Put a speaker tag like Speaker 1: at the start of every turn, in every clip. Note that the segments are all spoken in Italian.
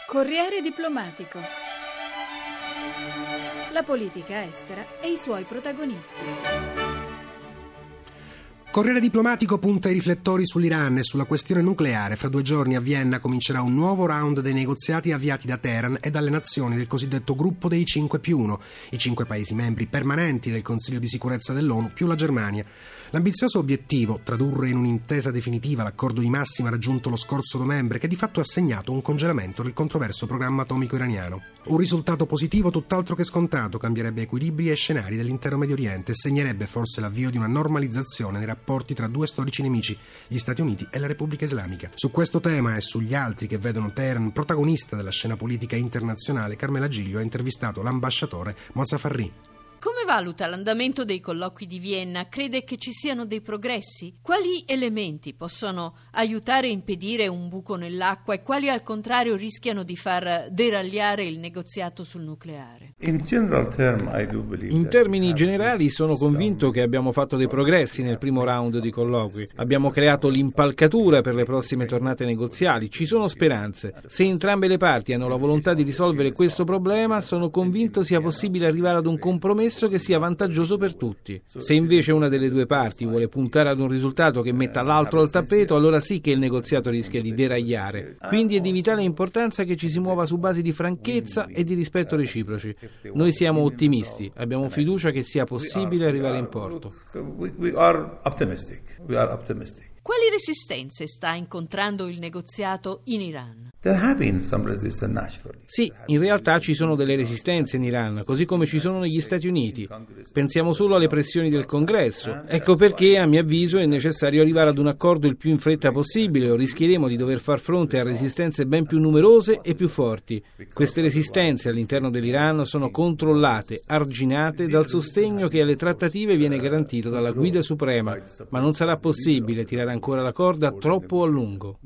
Speaker 1: Corriere diplomatico. La politica estera e i suoi protagonisti.
Speaker 2: Corriere diplomatico punta i riflettori sull'Iran e sulla questione nucleare. Fra 2 giorni a Vienna comincerà un nuovo round dei negoziati avviati da Teheran e dalle nazioni del cosiddetto gruppo dei 5+1, i 5 paesi membri permanenti del Consiglio di sicurezza dell'ONU più la Germania. L'ambizioso obiettivo, tradurre in un'intesa definitiva l'accordo di massima raggiunto lo scorso novembre, che di fatto ha segnato un congelamento del controverso programma atomico iraniano. Un risultato positivo tutt'altro che scontato, cambierebbe equilibri e scenari dell'intero Medio Oriente e segnerebbe forse l'avvio di una normalizzazione nei rapporti tra 2 storici nemici, gli Stati Uniti e la Repubblica Islamica. Su questo tema e sugli altri che vedono Teheran protagonista della scena politica internazionale, Carmela Giglio ha intervistato l'ambasciatore Mozafarri.
Speaker 3: Come valuta l'andamento dei colloqui di Vienna? Crede che ci siano dei progressi? Quali elementi possono aiutare a impedire un buco nell'acqua e quali al contrario rischiano di far deragliare il negoziato sul nucleare?
Speaker 4: In termini generali sono convinto che abbiamo fatto dei progressi nel primo round di colloqui. Abbiamo creato l'impalcatura per le prossime tornate negoziali. Ci sono speranze. Se entrambe le parti hanno la volontà di risolvere questo problema, sono convinto sia possibile arrivare ad un compromesso che sia vantaggioso per tutti. Se invece una delle 2 parti vuole puntare ad un risultato che metta l'altro al tappeto, allora sì che il negoziato rischia di deragliare. Quindi è di vitale importanza che ci si muova su basi di franchezza e di rispetto reciproci. Noi siamo ottimisti, abbiamo fiducia che sia possibile arrivare in porto.
Speaker 3: Quali resistenze sta incontrando il negoziato in Iran?
Speaker 4: Sì, in realtà ci sono delle resistenze in Iran, così come ci sono negli Stati Uniti. Pensiamo solo alle pressioni del Congresso. Ecco perché, a mio avviso, è necessario arrivare ad un accordo il più in fretta possibile o rischieremo di dover far fronte a resistenze ben più numerose e più forti. Queste resistenze all'interno dell'Iran sono controllate, arginate dal sostegno che alle trattative viene garantito dalla guida suprema, ma non sarà possibile tirare ancora la corda troppo a lungo.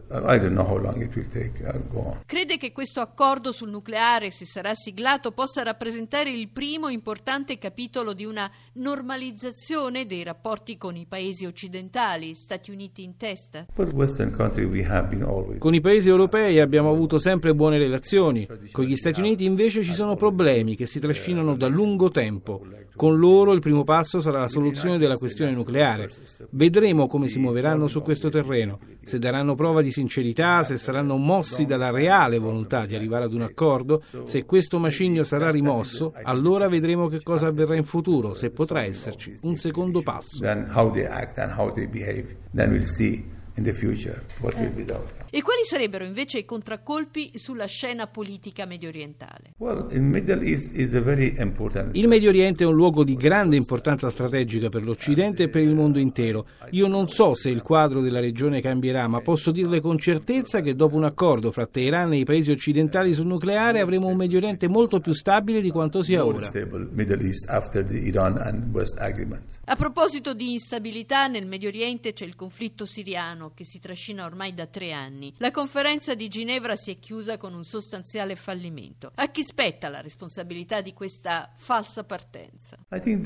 Speaker 3: Crede che questo accordo sul nucleare, se sarà siglato, possa rappresentare il primo importante capitolo di una normalizzazione dei rapporti con i paesi occidentali, Stati Uniti in testa?
Speaker 4: Con i paesi europei abbiamo avuto sempre buone relazioni, con gli Stati Uniti invece ci sono problemi che si trascinano da lungo tempo. Con loro il primo passo sarà la soluzione della questione nucleare. Vedremo come si muoveranno su questo terreno, se daranno prova di sincerità, se saranno mossi dalla reale volontà di arrivare ad un accordo. Se questo macigno sarà rimosso, allora vedremo che cosa avverrà in futuro, se potrà esserci un secondo passo.
Speaker 3: E quali sarebbero invece i contraccolpi sulla scena politica mediorientale?
Speaker 4: Il Medio Oriente è un luogo di grande importanza strategica per l'Occidente e per il mondo intero. Io non so se il quadro della regione cambierà, ma posso dirle con certezza che dopo un accordo fra Teheran e i paesi occidentali sul nucleare avremo un Medio Oriente molto più stabile di quanto sia ora.
Speaker 3: A proposito di instabilità, nel Medio Oriente c'è il conflitto siriano che si trascina ormai da 3 anni. La conferenza di Ginevra si è chiusa con un sostanziale fallimento. A chi spetta la responsabilità di questa falsa partenza?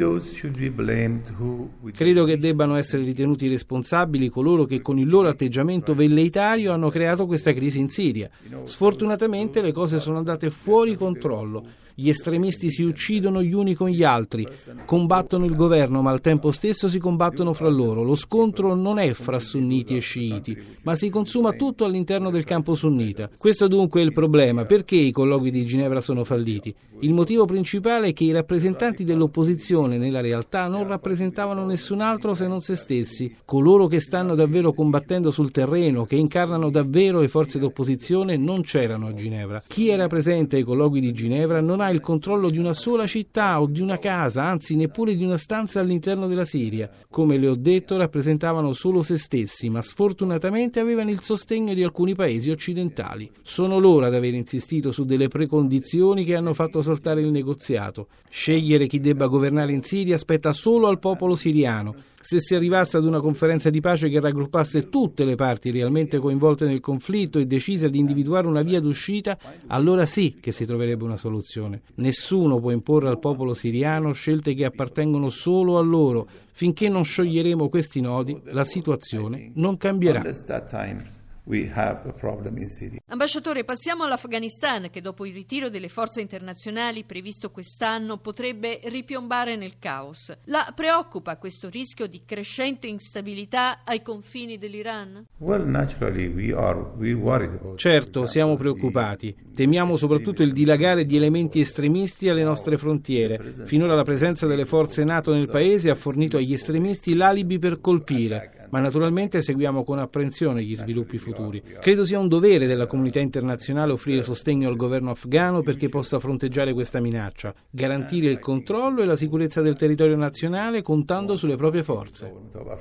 Speaker 4: Credo che debbano essere ritenuti responsabili coloro che con il loro atteggiamento velleitario hanno creato questa crisi in Siria. Sfortunatamente le cose sono andate fuori controllo. Gli estremisti si uccidono gli uni con gli altri, combattono il governo ma al tempo stesso si combattono fra loro. Lo scontro non è fra sunniti e sciiti, ma si consuma tutto all'interno del campo sunnita. Questo dunque è il problema. Perché i colloqui di Ginevra sono falliti? Il motivo principale è che i rappresentanti dell'opposizione nella realtà non rappresentavano nessun altro se non se stessi. Coloro che stanno davvero combattendo sul terreno, che incarnano davvero le forze d'opposizione, non c'erano a Ginevra. Chi era presente ai colloqui di Ginevra non ha il controllo di una sola città o di una casa, anzi neppure di una stanza all'interno della Siria. Come le ho detto, rappresentavano solo se stessi, ma sfortunatamente avevano il sostegno di alcuni paesi occidentali. Sono loro ad aver insistito su delle precondizioni che hanno fatto saltare il negoziato. Scegliere chi debba governare in Siria spetta solo al popolo siriano. Se si arrivasse ad una conferenza di pace che raggruppasse tutte le parti realmente coinvolte nel conflitto e decise di individuare una via d'uscita, allora sì che si troverebbe una soluzione. Nessuno può imporre al popolo siriano scelte che appartengono solo a loro. Finché non scioglieremo questi nodi, la situazione non cambierà.
Speaker 3: Ambasciatore, passiamo all'Afghanistan, che dopo il ritiro delle forze internazionali previsto quest'anno potrebbe ripiombare nel caos. La preoccupa questo rischio di crescente instabilità ai confini dell'Iran?
Speaker 4: Certo, siamo preoccupati. Temiamo soprattutto il dilagare di elementi estremisti alle nostre frontiere. Finora la presenza delle forze NATO nel paese ha fornito agli estremisti l'alibi per colpire, ma naturalmente seguiamo con apprensione gli sviluppi futuri. Credo sia un dovere della comunità internazionale offrire sostegno al governo afghano perché possa fronteggiare questa minaccia, garantire il controllo e la sicurezza del territorio nazionale contando sulle proprie forze.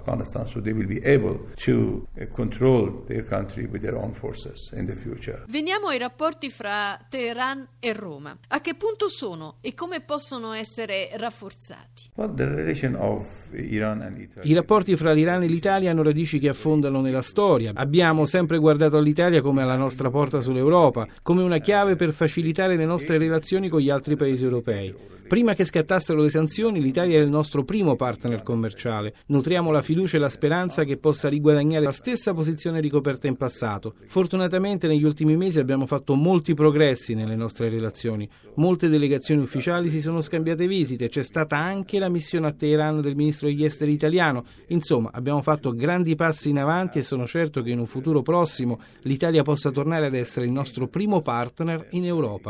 Speaker 3: Veniamo ai rapporti fra Teheran e Roma. A che punto sono e come possono essere rafforzati?
Speaker 4: I rapporti fra l'Iran e l'Italia hanno radici che affondano nella storia. Abbiamo sempre guardato all'Italia come alla nostra porta sull'Europa, come una chiave per facilitare le nostre relazioni con gli altri paesi europei. Prima che scattassero le sanzioni, l'Italia è il nostro primo partner commerciale. Nutriamo la fiducia e la speranza che possa riguadagnare la stessa posizione ricoperta in passato. Fortunatamente negli ultimi mesi abbiamo fatto molti progressi nelle nostre relazioni. Molte delegazioni ufficiali si sono scambiate visite, c'è stata anche la missione a Teheran del ministro degli esteri italiano. Insomma, abbiamo fatto grandi passi in avanti e sono certo che in un futuro prossimo l'Italia possa tornare ad essere il nostro primo partner in Europa.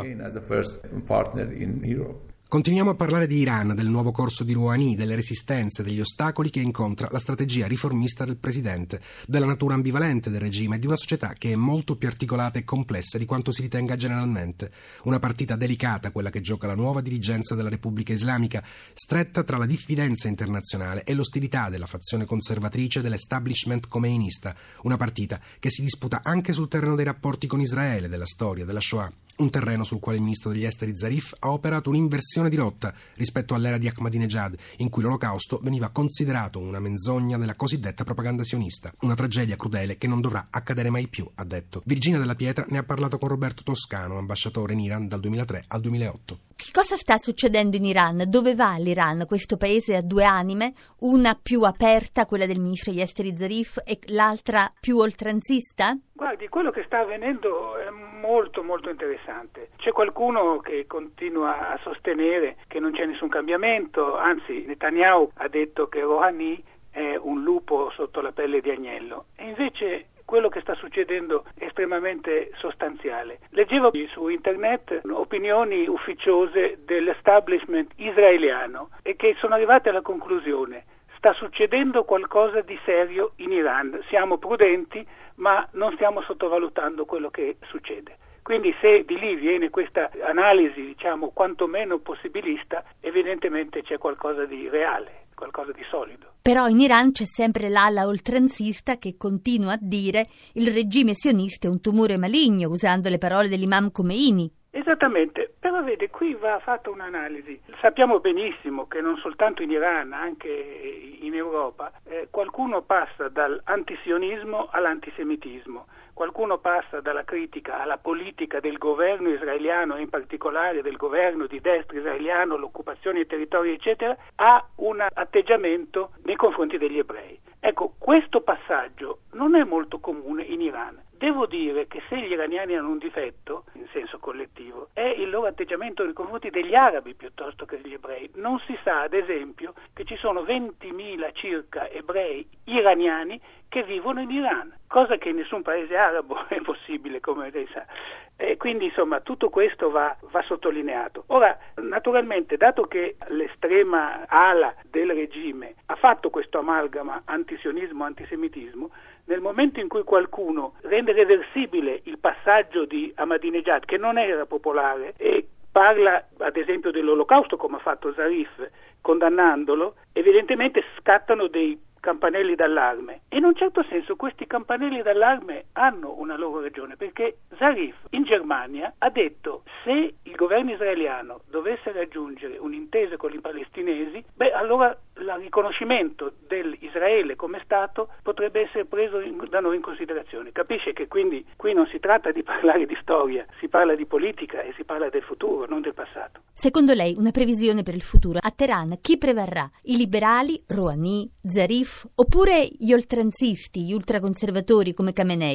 Speaker 2: Continuiamo a parlare di Iran, del nuovo corso di Rouhani, delle resistenze, degli ostacoli che incontra la strategia riformista del presidente, della natura ambivalente del regime e di una società che è molto più articolata e complessa di quanto si ritenga generalmente. Una partita delicata quella che gioca la nuova dirigenza della Repubblica Islamica, stretta tra la diffidenza internazionale e l'ostilità della fazione conservatrice dell'establishment khomeinista. Una partita che si disputa anche sul terreno dei rapporti con Israele, della storia, della Shoah. Un terreno sul quale il ministro degli esteri Zarif ha operato un'inversione di rotta rispetto all'era di Ahmadinejad, in cui l'Olocausto veniva considerato una menzogna della cosiddetta propaganda sionista. Una tragedia crudele che non dovrà accadere mai più, ha detto. Virginia Della Pietra ne ha parlato con Roberto Toscano, ambasciatore in Iran dal 2003 al 2008.
Speaker 5: Che cosa sta succedendo in Iran? Dove va l'Iran? Questo paese ha due anime, una più aperta, quella del ministro degli esteri Zarif, e l'altra più oltranzista?
Speaker 6: Guardi, quello che sta avvenendo è molto molto interessante. C'è qualcuno che continua a sostenere che non c'è nessun cambiamento, anzi Netanyahu ha detto che Rouhani è un lupo sotto la pelle di agnello, e invece quello che sta succedendo è estremamente sostanziale. Leggevo su internet opinioni ufficiose dell'establishment israeliano e che sono arrivate alla conclusione: sta succedendo qualcosa di serio in Iran, siamo prudenti ma non stiamo sottovalutando quello che succede. Quindi se di lì viene questa analisi, diciamo, quantomeno possibilista, evidentemente c'è qualcosa di reale, qualcosa di solido.
Speaker 5: Però in Iran c'è sempre l'ala oltranzista che continua a dire il regime sionista è un tumore maligno, usando le parole dell'imam Khomeini.
Speaker 6: Esattamente, però vede, qui va fatta un'analisi. Sappiamo benissimo che non soltanto in Iran, anche in Europa, qualcuno passa dall'antisionismo all'antisemitismo, qualcuno passa dalla critica alla politica del governo israeliano e in particolare del governo di destra israeliano, l'occupazione dei territori eccetera, a un atteggiamento nei confronti degli ebrei. Ecco, questo passaggio non è molto comune in Iran. Devo dire che se gli iraniani hanno un difetto, in senso collettivo, è il loro atteggiamento nei confronti degli arabi piuttosto che degli ebrei. Non si sa, ad esempio, che ci sono 20.000 circa ebrei iraniani che vivono in Iran, cosa che in nessun paese arabo è possibile, come lei sa. E quindi, insomma, tutto questo va sottolineato. Ora, naturalmente, dato che l'estrema ala del regime ha fatto questo amalgama antisionismo-antisemitismo, nel momento in cui qualcuno rende reversibile il passaggio di Ahmadinejad, che non era popolare, e parla ad esempio dell'Olocausto come ha fatto Zarif, condannandolo, evidentemente scattano dei campanelli d'allarme, e in un certo senso questi campanelli d'allarme hanno una loro ragione, perché Zarif in Germania ha detto: se il governo israeliano dovesse raggiungere un'intesa con i palestinesi, allora il riconoscimento dell'Israele come Stato potrebbe essere preso da noi in considerazione. Capisce che quindi qui non si tratta di parlare di storia, si parla di politica e si parla del futuro, non del passato.
Speaker 5: Secondo lei, una previsione per il futuro: a Teheran chi prevarrà? I liberali, Rouhani, Zarif, oppure gli oltranzisti, gli ultraconservatori come Khamenei?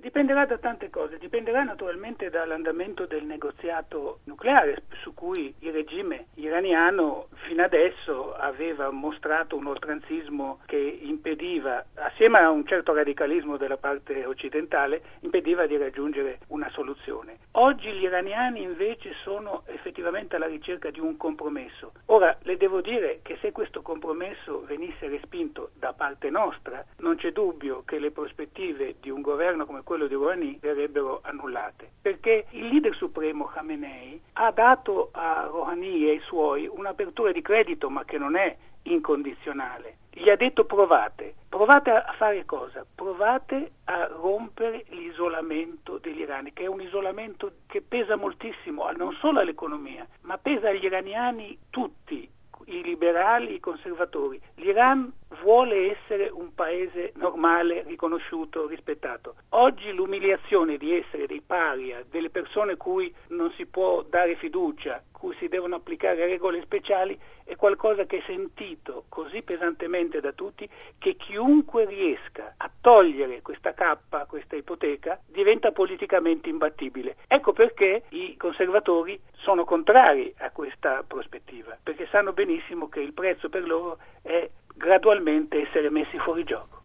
Speaker 6: Dipenderà da tante cose, dipenderà naturalmente dall'andamento del negoziato nucleare, su cui il regime iraniano fino adesso aveva mostrato un oltranzismo che impediva, assieme a un certo radicalismo della parte occidentale, impediva di raggiungere una soluzione. Oggi gli iraniani invece sono effettivamente alla ricerca di un compromesso. Ora, le devo dire che se questo compromesso venisse respinto da parte nostra, non c'è dubbio che le prospettive di un governo come quello di Rouhani verrebbero annullate, perché il leader supremo Khamenei ha dato a Rouhani e ai suoi un'apertura di credito, ma che non è incondizionale. Gli ha detto provate a fare cosa? Provate a rompere l'isolamento degli iraniani, che è un isolamento che pesa moltissimo, non solo all'economia, ma pesa agli iraniani tutti, i liberali, i conservatori. L'Iran vuole essere un paese normale, riconosciuto, rispettato. Oggi l'umiliazione di essere dei paria, delle persone cui non si può dare fiducia, cui si devono applicare regole speciali, è qualcosa che è sentito così pesantemente da tutti che chiunque riesca a togliere questa cappa, questa ipoteca, diventa politicamente imbattibile. Ecco perché i conservatori sono contrari a questa prospettiva, perché sanno benissimo che il prezzo per loro è gradualmente essere messi fuori gioco.